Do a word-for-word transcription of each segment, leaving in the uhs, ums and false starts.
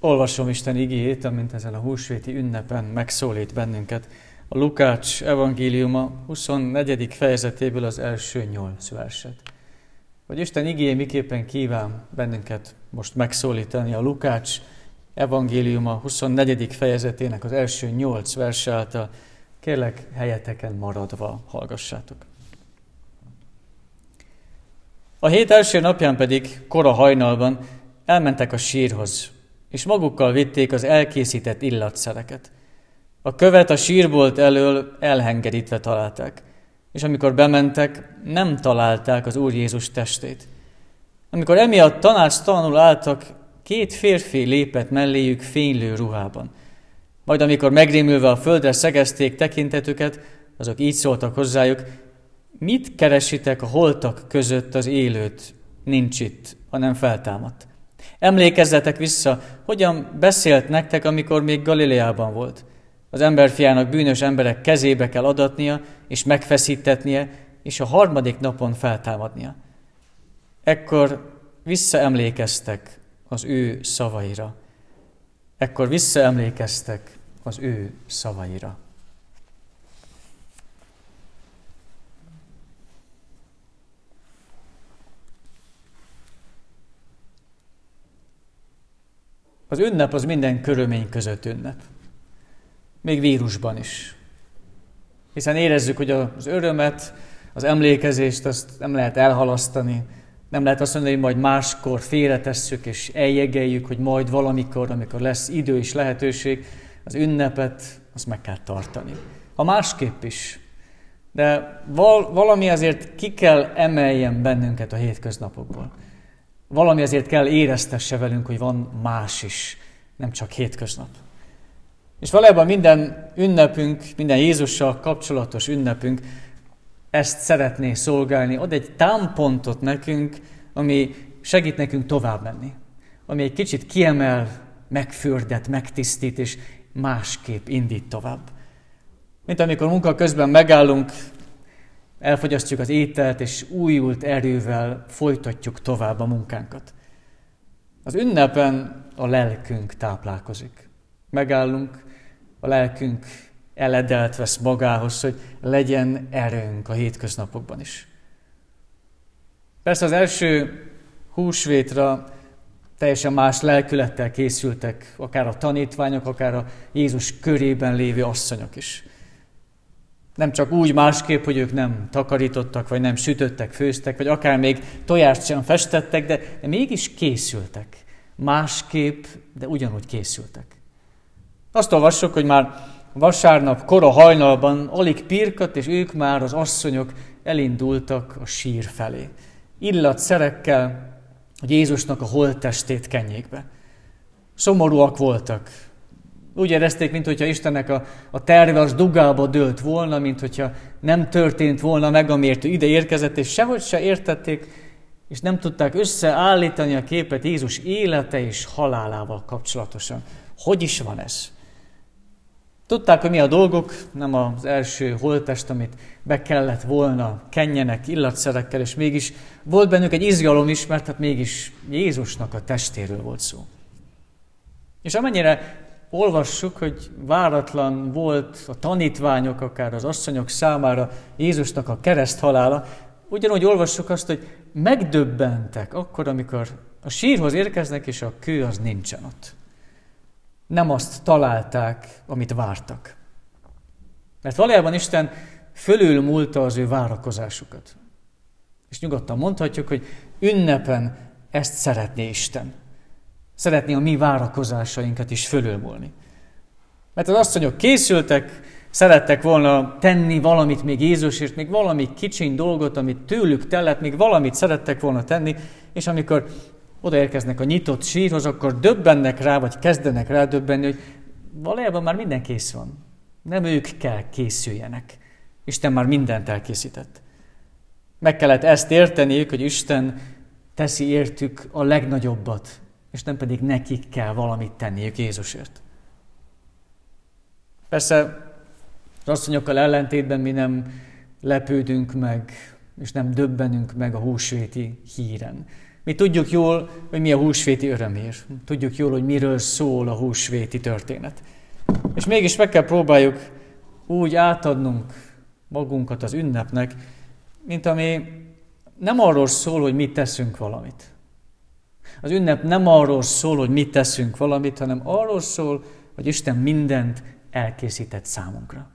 Olvasom Isten igéjét, amint ezen a húsvéti ünnepen megszólít bennünket. A Lukács evangéliuma huszonnegyedik fejezetéből az első nyolc verset. Hogy Isten igéje miképpen kíván bennünket most megszólítani, a Lukács evangéliuma huszonnegyedik fejezetének az első nyolc verse által, kérlek helyeteken maradva hallgassátok. A hét első napján pedig, kora hajnalban elmentek a sírhoz, és magukkal vitték az elkészített illatszereket. A követ a sírbolt elől elhengerítve találták, és amikor bementek, nem találták az Úr Jézus testét. Amikor emiatt tanácstalanul álltak, két férfi lépett melléjük fénylő ruhában. Majd amikor megrémülve a földre szegezték tekintetüket, azok így szóltak hozzájuk: mit keresitek a holtak között az élőt? Nincs itt, hanem feltámadt. Emlékezzetek vissza, hogyan beszélt nektek, amikor még Galileában volt. Az emberfiának bűnös emberek kezébe kell adatnia, és megfeszítetnie, és a harmadik napon feltámadnia. Ekkor visszaemlékeztek az ő szavaira. Ekkor visszaemlékeztek az ő szavaira. Az ünnep az minden körülmény között ünnep. Még vírusban is. Hiszen érezzük, hogy az örömet, az emlékezést azt nem lehet elhalasztani. Nem lehet azt mondani, hogy majd máskor félretesszük és eljegeljük, hogy majd valamikor, amikor lesz idő és lehetőség, az ünnepet azt meg kell tartani. Ha másképp is. De val- valami azért ki kell emeljen bennünket a hétköznapokból. Valami azért kell éreztesse velünk, hogy van más is, nem csak hétköznap. És valójában minden ünnepünk, minden Jézussal kapcsolatos ünnepünk ezt szeretné szolgálni, ad egy támpontot nekünk, ami segít nekünk tovább menni. Ami egy kicsit kiemel, megfürdet, megtisztít, és másképp indít tovább. Mint amikor munka közben megállunk, elfogyasztjuk az ételt, és újult erővel folytatjuk tovább a munkánkat. Az ünnepen a lelkünk táplálkozik. Megállunk, a lelkünk eledelt vesz magához, hogy legyen erőnk a hétköznapokban is. Persze az első húsvétra teljesen más lelkülettel készültek, akár a tanítványok, akár a Jézus körében lévő asszonyok is. Nem csak úgy másképp, hogy ők nem takarítottak, vagy nem sütöttek, főztek, vagy akár még tojást sem festettek, de, de mégis készültek. Másképp, de ugyanúgy készültek. Azt olvassuk, hogy már vasárnap kora hajnalban alig pirkadt, és ők már, az asszonyok elindultak a sír felé. Illatszerekkel, hogy Jézusnak a holttestét kenjék be. Szomorúak voltak. Úgy érezték, mintha Istennek a, a terve az dugába dőlt volna, mintha nem történt volna meg, amiért ő ide érkezett, és sehogy se értették, és nem tudták összeállítani a képet Jézus élete és halálával kapcsolatosan. Hogy is van ez? Tudták, hogy mi a dolgok, nem az első holttest, amit be kellett volna kenjenek illatszerekkel, és mégis volt bennük egy izgalom is, mert hát mégis Jézusnak a testéről volt szó. És amennyire olvassuk, hogy váratlan volt a tanítványok, akár az asszonyok számára Jézusnak a kereszthalála, ugyanúgy olvassuk azt, hogy megdöbbentek akkor, amikor a sírhoz érkeznek, és a kő az nincsen ott. Nem azt találták, amit vártak. Mert valójában Isten fölülmúlta az ő várakozásukat. És nyugodtan mondhatjuk, hogy ünnepen ezt szeretné Isten. Szeretné a mi várakozásainkat is fölülmúlni. Mert az asszonyok készültek, szerettek volna tenni valamit még Jézusért, még valami kicsiny dolgot, amit tőlük tellett, még valamit szerettek volna tenni, és amikor odaérkeznek a nyitott sírhoz, akkor döbbennek rá, vagy kezdenek rá döbbenni, hogy valójában már minden kész van. Nem ők kell készüljenek. Isten már mindent elkészített. Meg kellett ezt érteniük, hogy Isten teszi értük a legnagyobbat, és nem pedig nekik kell valamit tenniük Jézusért. Persze az asszonyokkal ellentétben mi nem lepődünk meg, és nem döbbenünk meg a húsvéti híren. Mi tudjuk jól, hogy mi a húsvéti örömhír. Tudjuk jól, hogy miről szól a húsvéti történet. És mégis meg kell próbáljuk úgy átadnunk magunkat az ünnepnek, mint ami nem arról szól, hogy mi teszünk valamit. Az ünnep nem arról szól, hogy mi teszünk valamit, hanem arról szól, hogy Isten mindent elkészített számunkra.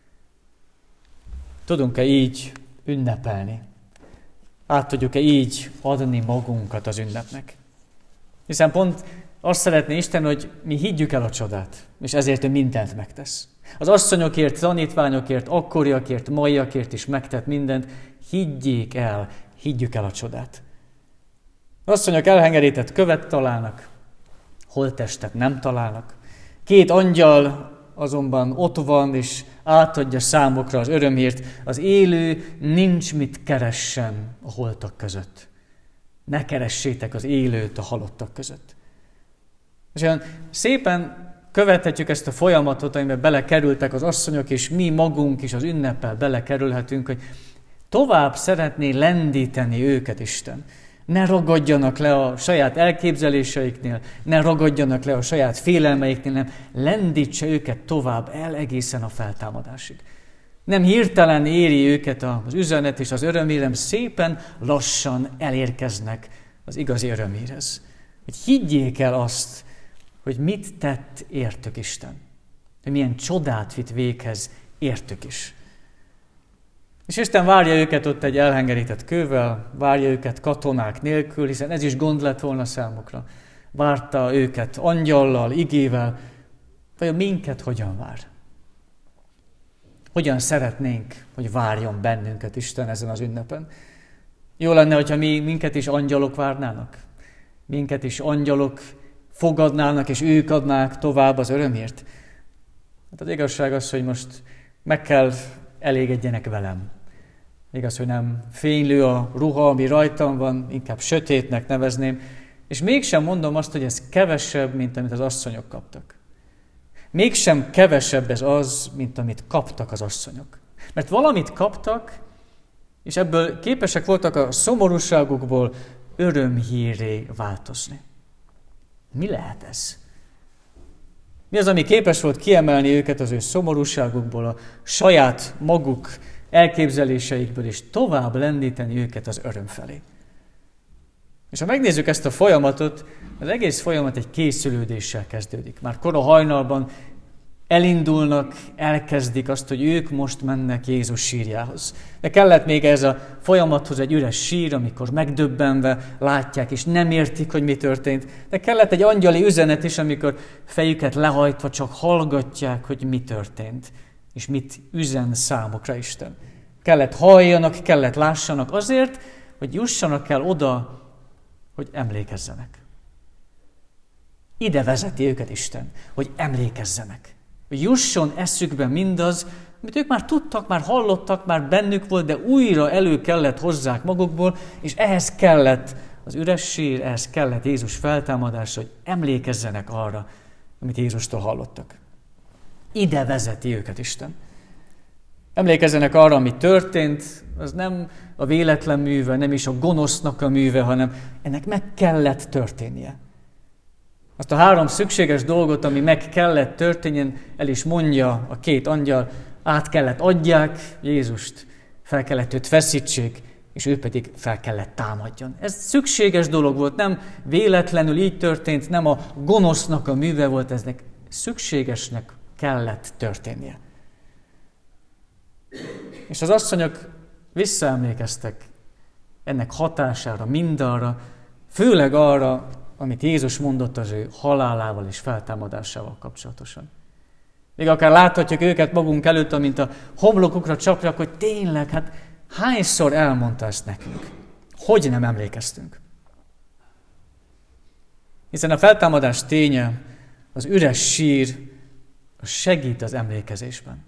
Tudunk-e így ünnepelni? Át tudjuk-e így adni magunkat az ünnepnek? Hiszen pont azt szeretné Isten, hogy mi higgyük el a csodát, és ezért ő mindent megtesz. Az asszonyokért, tanítványokért, akkoriakért, maiakért is megtett mindent. Higgyék el, higgyük el a csodát. Az asszonyok elhengerített követ találnak, holttestet nem találnak. Két angyal azonban ott van, és átadja számukra az örömhírt. Az élő nincs mit keressen a holtak között. Ne keressétek az élőt a halottak között. És olyan szépen követhetjük ezt a folyamatot, amiben belekerültek az asszonyok, és mi magunk is az ünneppel belekerülhetünk, hogy tovább szeretné lendíteni őket Isten. Ne ragadjanak le a saját elképzeléseiknél, ne ragadjanak le a saját félelmeiknél, nem lendítse őket tovább el egészen a feltámadásig. Nem hirtelen éri őket az üzenet és az örömhír, hanem szépen lassan elérkeznek az igazi örömhírhez. Hogy higgyék el azt, hogy mit tett értük Isten. Hogy milyen csodát vitt véghez értük is. És Isten várja őket ott egy elhengerített kővel, várja őket katonák nélkül, hiszen ez is gond lett volna számukra. Várta őket angyallal, igével, vajon minket hogyan vár? Hogyan szeretnénk, hogy várjon bennünket Isten ezen az ünnepen? Jó lenne, hogyha mi, minket is angyalok várnának. Minket is angyalok fogadnának, és ők adnák tovább az örömért. Hát az igazság az, hogy most meg kell elégedjenek velem. Igaz, hogy nem fénylő a ruha, ami rajtam van, inkább sötétnek nevezném, és mégsem mondom azt, hogy ez kevesebb, mint amit az asszonyok kaptak. Mégsem kevesebb ez az, mint amit kaptak az asszonyok. Mert valamit kaptak, és ebből képesek voltak a szomorúságukból örömhírré változni. Mi lehet ez? Mi az, ami képes volt kiemelni őket az ő szomorúságukból, a saját maguk elképzeléseikből, és tovább lendíteni őket az öröm felé? És ha megnézzük ezt a folyamatot, az egész folyamat egy készülődéssel kezdődik. Már kora hajnalban elindulnak, elkezdik azt, hogy ők most mennek Jézus sírjához. De kellett még ez a folyamathoz egy üres sír, amikor megdöbbenve látják, és nem értik, hogy mi történt. De kellett egy angyali üzenet is, amikor fejüket lehajtva csak hallgatják, hogy mi történt, és mit üzen számukra Isten. Kellett halljanak, kellett lássanak azért, hogy jussanak el oda, hogy emlékezzenek. Ide vezeti őket Isten, hogy emlékezzenek. Hogy jusson eszükbe mindaz, amit ők már tudtak, már hallottak, már bennük volt, de újra elő kellett hozzák magukból, és ehhez kellett az üres sír, ehhez kellett Jézus feltámadása, hogy emlékezzenek arra, amit Jézustól hallottak. Ide vezeti őket Isten. Emlékezzenek arra, ami történt, az nem a véletlen műve, nem is a gonosznak a műve, hanem ennek meg kellett történnie. Azt a három szükséges dolgot, ami meg kellett történjen, el is mondja a két angyal, át kellett adják Jézust, fel kellett őt feszítsék, és ő pedig fel kellett támadjon. Ez szükséges dolog volt, nem véletlenül így történt, nem a gonosznak a műve volt, eznek szükségesnek kellett történnie. És az asszonyok visszaemlékeztek ennek hatására, mindarra, főleg arra, amit Jézus mondott az ő halálával és feltámadásával kapcsolatosan. Még akár láthatjuk őket magunk előtt, amint a homlokukra csapják, hogy tényleg, hát hányszor elmondta ezt nekünk? Hogy nem emlékeztünk? Hiszen a feltámadás ténye, az üres sír, az segít az emlékezésben.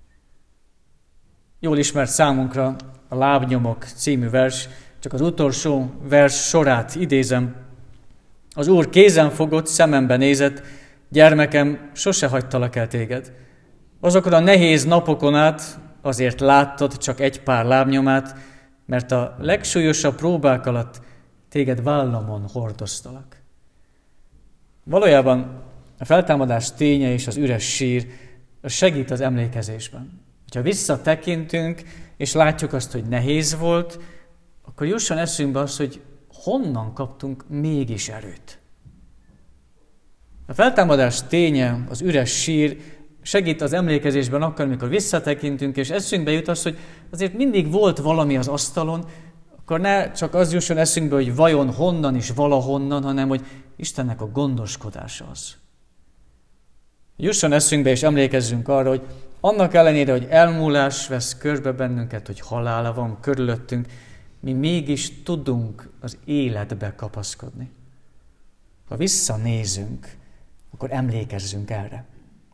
Jól ismert számunkra a Lábnyomok című vers, csak az utolsó vers sorát idézem. Az Úr kézen fogott, szemembe nézett, gyermekem, sose hagytalak el téged. Azokon a nehéz napokon át azért láttad csak egy pár lábnyomát, mert a legsúlyosabb próbák alatt téged vállamon hordoztalak. Valójában a feltámadás ténye és az üres sír az segít az emlékezésben. Ha visszatekintünk, és látjuk azt, hogy nehéz volt, akkor jusson eszünkbe az, hogy honnan kaptunk mégis erőt. A feltámadás ténye, az üres sír segít az emlékezésben akkor, amikor visszatekintünk, és eszünkbe jut az, hogy azért mindig volt valami az asztalon, akkor ne csak az jusson eszünkbe, hogy vajon honnan és valahonnan, hanem hogy Istennek a gondoskodása az. Jusson eszünkbe és emlékezzünk arra, hogy annak ellenére, hogy elmúlás vesz körbe bennünket, hogy halál van körülöttünk, mi mégis tudunk az életbe kapaszkodni. Ha visszanézünk, akkor emlékezzünk erre.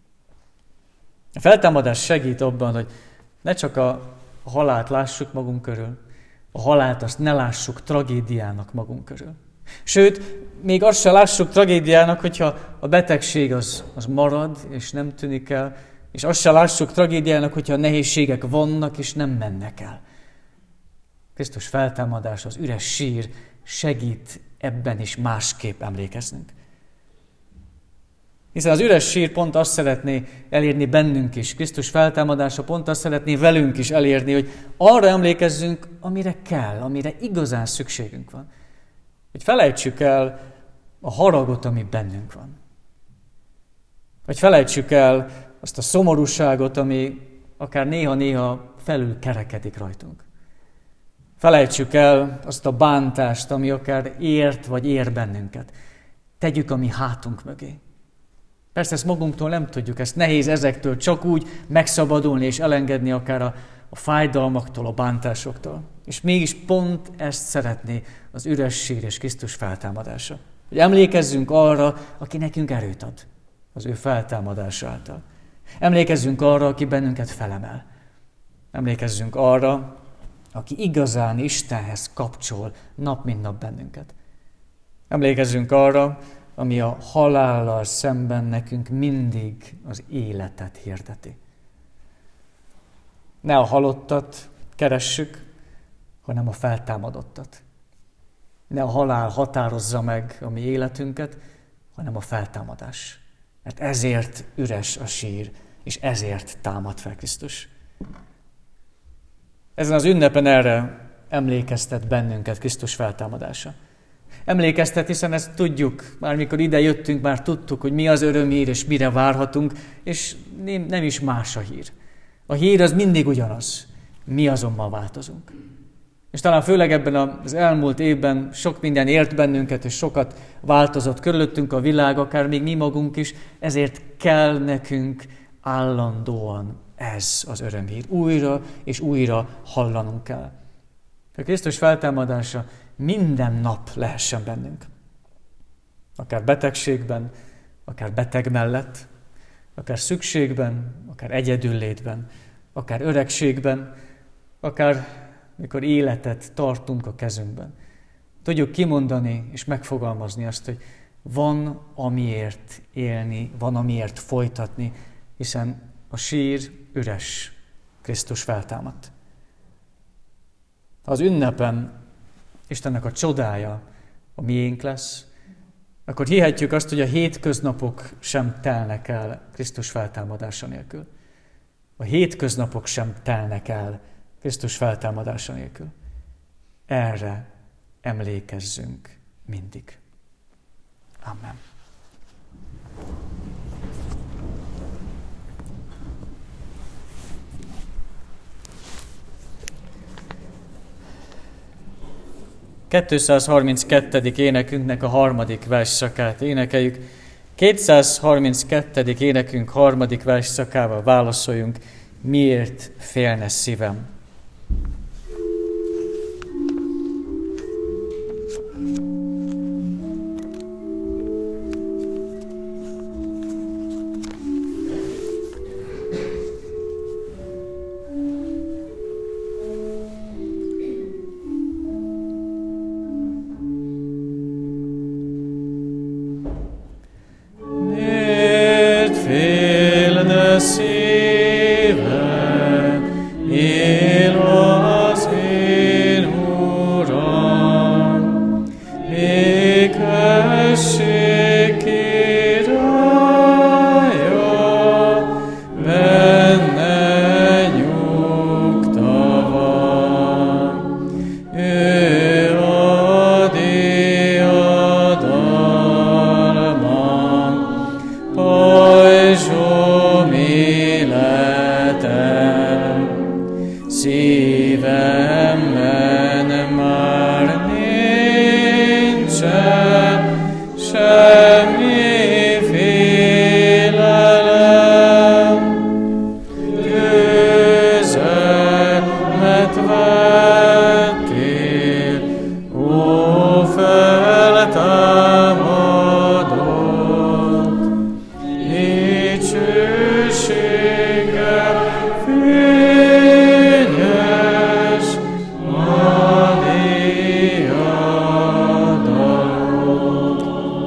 A feltámadás segít abban, hogy ne csak a halált lássuk magunk körül, a halált azt ne lássuk tragédiának magunk körül. Sőt, még azt se lássuk tragédiának, hogyha a betegség az, az marad, és nem tűnik el, és azt se lássuk tragédiának, hogyha a nehézségek vannak, és nem mennek el. Krisztus feltámadás, az üres sír segít ebben is másképp emlékeznünk. Hiszen az üres sír pont azt szeretné elérni bennünk is. Krisztus feltámadása pont azt szeretné velünk is elérni, hogy arra emlékezzünk, amire kell, amire igazán szükségünk van. Hogy felejtsük el a haragot, ami bennünk van. Hogy felejtsük el azt a szomorúságot, ami akár néha-néha felül kerekedik rajtunk. Felejtsük el azt a bántást, ami akár ért vagy ér bennünket. Tegyük a mi hátunk mögé. Persze ezt magunktól nem tudjuk, ezt nehéz ezektől csak úgy megszabadulni és elengedni akár a, a fájdalmaktól, a bántásoktól. És mégis pont ezt szeretné az üres sír és Krisztus feltámadása. Hogy emlékezzünk arra, aki nekünk erőt ad, az ő feltámadása által. Emlékezzünk arra, aki bennünket felemel. Emlékezzünk arra, aki igazán Istenhez kapcsol nap mint nap bennünket. Emlékezzünk arra, ami a halállal szemben nekünk mindig az életet hirdeti. Ne a halottat keressük, hanem a feltámadottat. Ne a halál határozza meg a mi életünket, hanem a feltámadás. Mert ezért üres a sír, és ezért támad fel Krisztus. Ezen az ünnepen erre emlékeztet bennünket Krisztus feltámadása. Emlékeztet, hiszen ezt tudjuk, már mikor ide jöttünk, már tudtuk, hogy mi az örömhír, és mire várhatunk, és nem, nem is más a hír. A hír az mindig ugyanaz, mi azonban változunk. És talán főleg ebben az elmúlt évben sok minden ért bennünket, és sokat változott körülöttünk a világ, akár még mi magunk is, ezért kell nekünk állandóan ez az örömhír. Újra és újra hallanunk kell. A Krisztus feltámadása minden nap lehessen bennünk. Akár betegségben, akár beteg mellett, akár szükségben, akár egyedüllétben, akár öregségben, akár mikor életet tartunk a kezünkben. Tudjuk kimondani és megfogalmazni azt, hogy van amiért élni, van amiért folytatni, hiszen a sír üres, Krisztus feltámadt. Ha az ünnepen Istennek a csodája a miénk lesz, akkor hihetjük azt, hogy a hétköznapok sem telnek el Krisztus feltámadása nélkül. A hétköznapok sem telnek el Krisztus feltámadása nélkül. Erre emlékezzünk mindig. Amen. kétszázharminckettő. énekünknek a harmadik versszakát énekeljük. kétszázharminckettő. énekünk harmadik versszakával válaszoljunk, miért félne szívem. Szívem, én szívemben már nincsen semmi félelem, győzelmet vettél, ó feltámadott, dicsőséggel fényes a diadalod.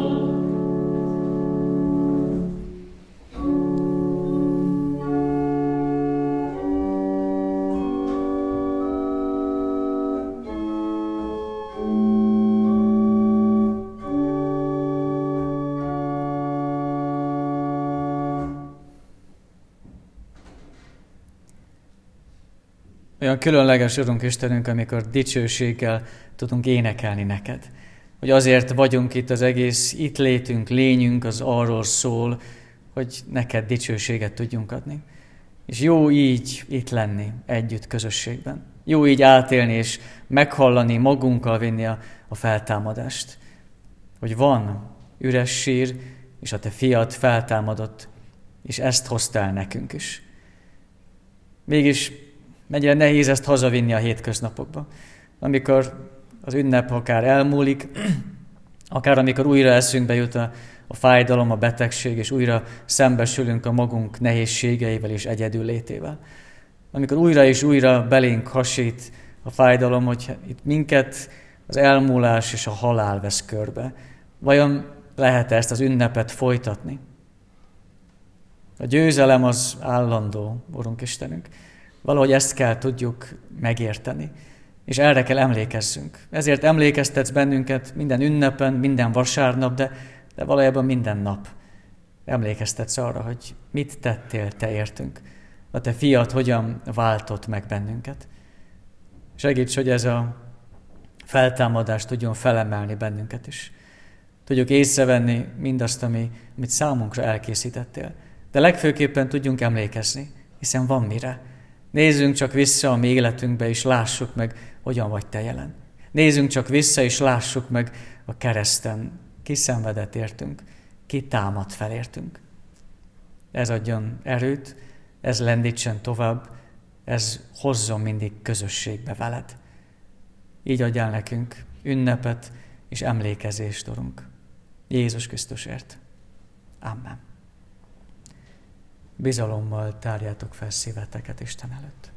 Olyan különleges, Urunk Istenünk, amikor dicsőséggel tudunk énekelni neked. Hogy azért vagyunk itt, az egész itt létünk, lényünk az arról szól, hogy neked dicsőséget tudjunk adni. És jó így itt lenni együtt közösségben. Jó így átélni és meghallani, magunkkal vinni a, a feltámadást. Hogy van üres sír, és a te fiad feltámadott, és ezt hoztál nekünk is. Mégis mennyire nehéz ezt hazavinni a hétköznapokba. Amikor az ünnep akár elmúlik, akár amikor újra eszünkbe jut a, a fájdalom, a betegség, és újra szembesülünk a magunk nehézségeivel és egyedüllétével. Amikor újra és újra belénk hasít a fájdalom, hogy itt minket az elmúlás és a halál vesz körbe. Vajon lehet ezt az ünnepet folytatni? A győzelem az állandó, Urunk Istenünk. Valahogy ezt kell tudjuk megérteni, és erre kell emlékezzünk. Ezért emlékeztetsz bennünket minden ünnepen, minden vasárnap, de, de valójában minden nap. Emlékeztetsz arra, hogy mit tettél te értünk. A te fiad hogyan váltott meg bennünket. Segíts, hogy ez a feltámadás tudjon felemelni bennünket is. Tudjuk észrevenni mindazt, ami, amit számunkra elkészítettél. De legfőképpen tudjunk emlékezni, hiszen van mire. Nézzünk csak vissza a mi életünkbe, és lássuk meg, hogyan vagy te jelen. Nézzünk csak vissza, és lássuk meg a kereszten, ki szenvedett értünk, ki támad fel értünk. Ez adjon erőt, ez lendítsen tovább, ez hozzon mindig közösségbe veled. Így adjál nekünk ünnepet és emlékezést, Urunk. Jézus Krisztusért. Amen. Bizalommal tárjátok fel szíveteket Isten előtt.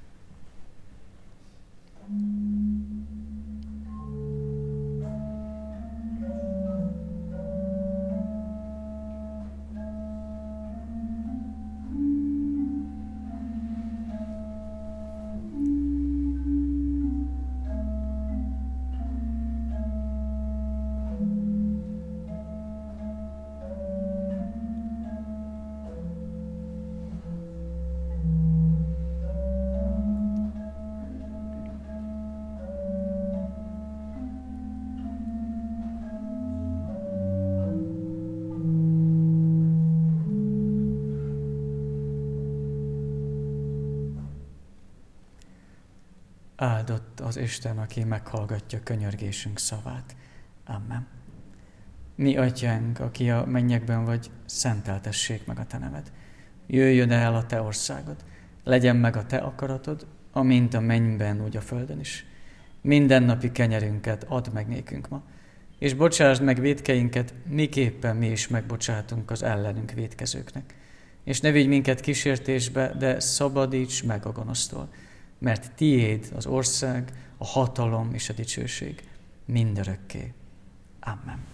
Áldott az Isten, aki meghallgatja könyörgésünk szavát. Amen. Mi atyánk, aki a mennyekben vagy, szenteltessék meg a te neved. Jöjjön el a te országod, legyen meg a te akaratod, amint a mennyben, úgy a földön is. Mindennapi kenyerünket add meg nékünk ma, és bocsásd meg vétkeinket, miképpen mi is megbocsátunk az ellenünk vétkezőknek. És ne vigy minket kísértésbe, de szabadíts meg a gonosztól, mert tiéd az ország, a hatalom és a dicsőség mindörökké. Amen.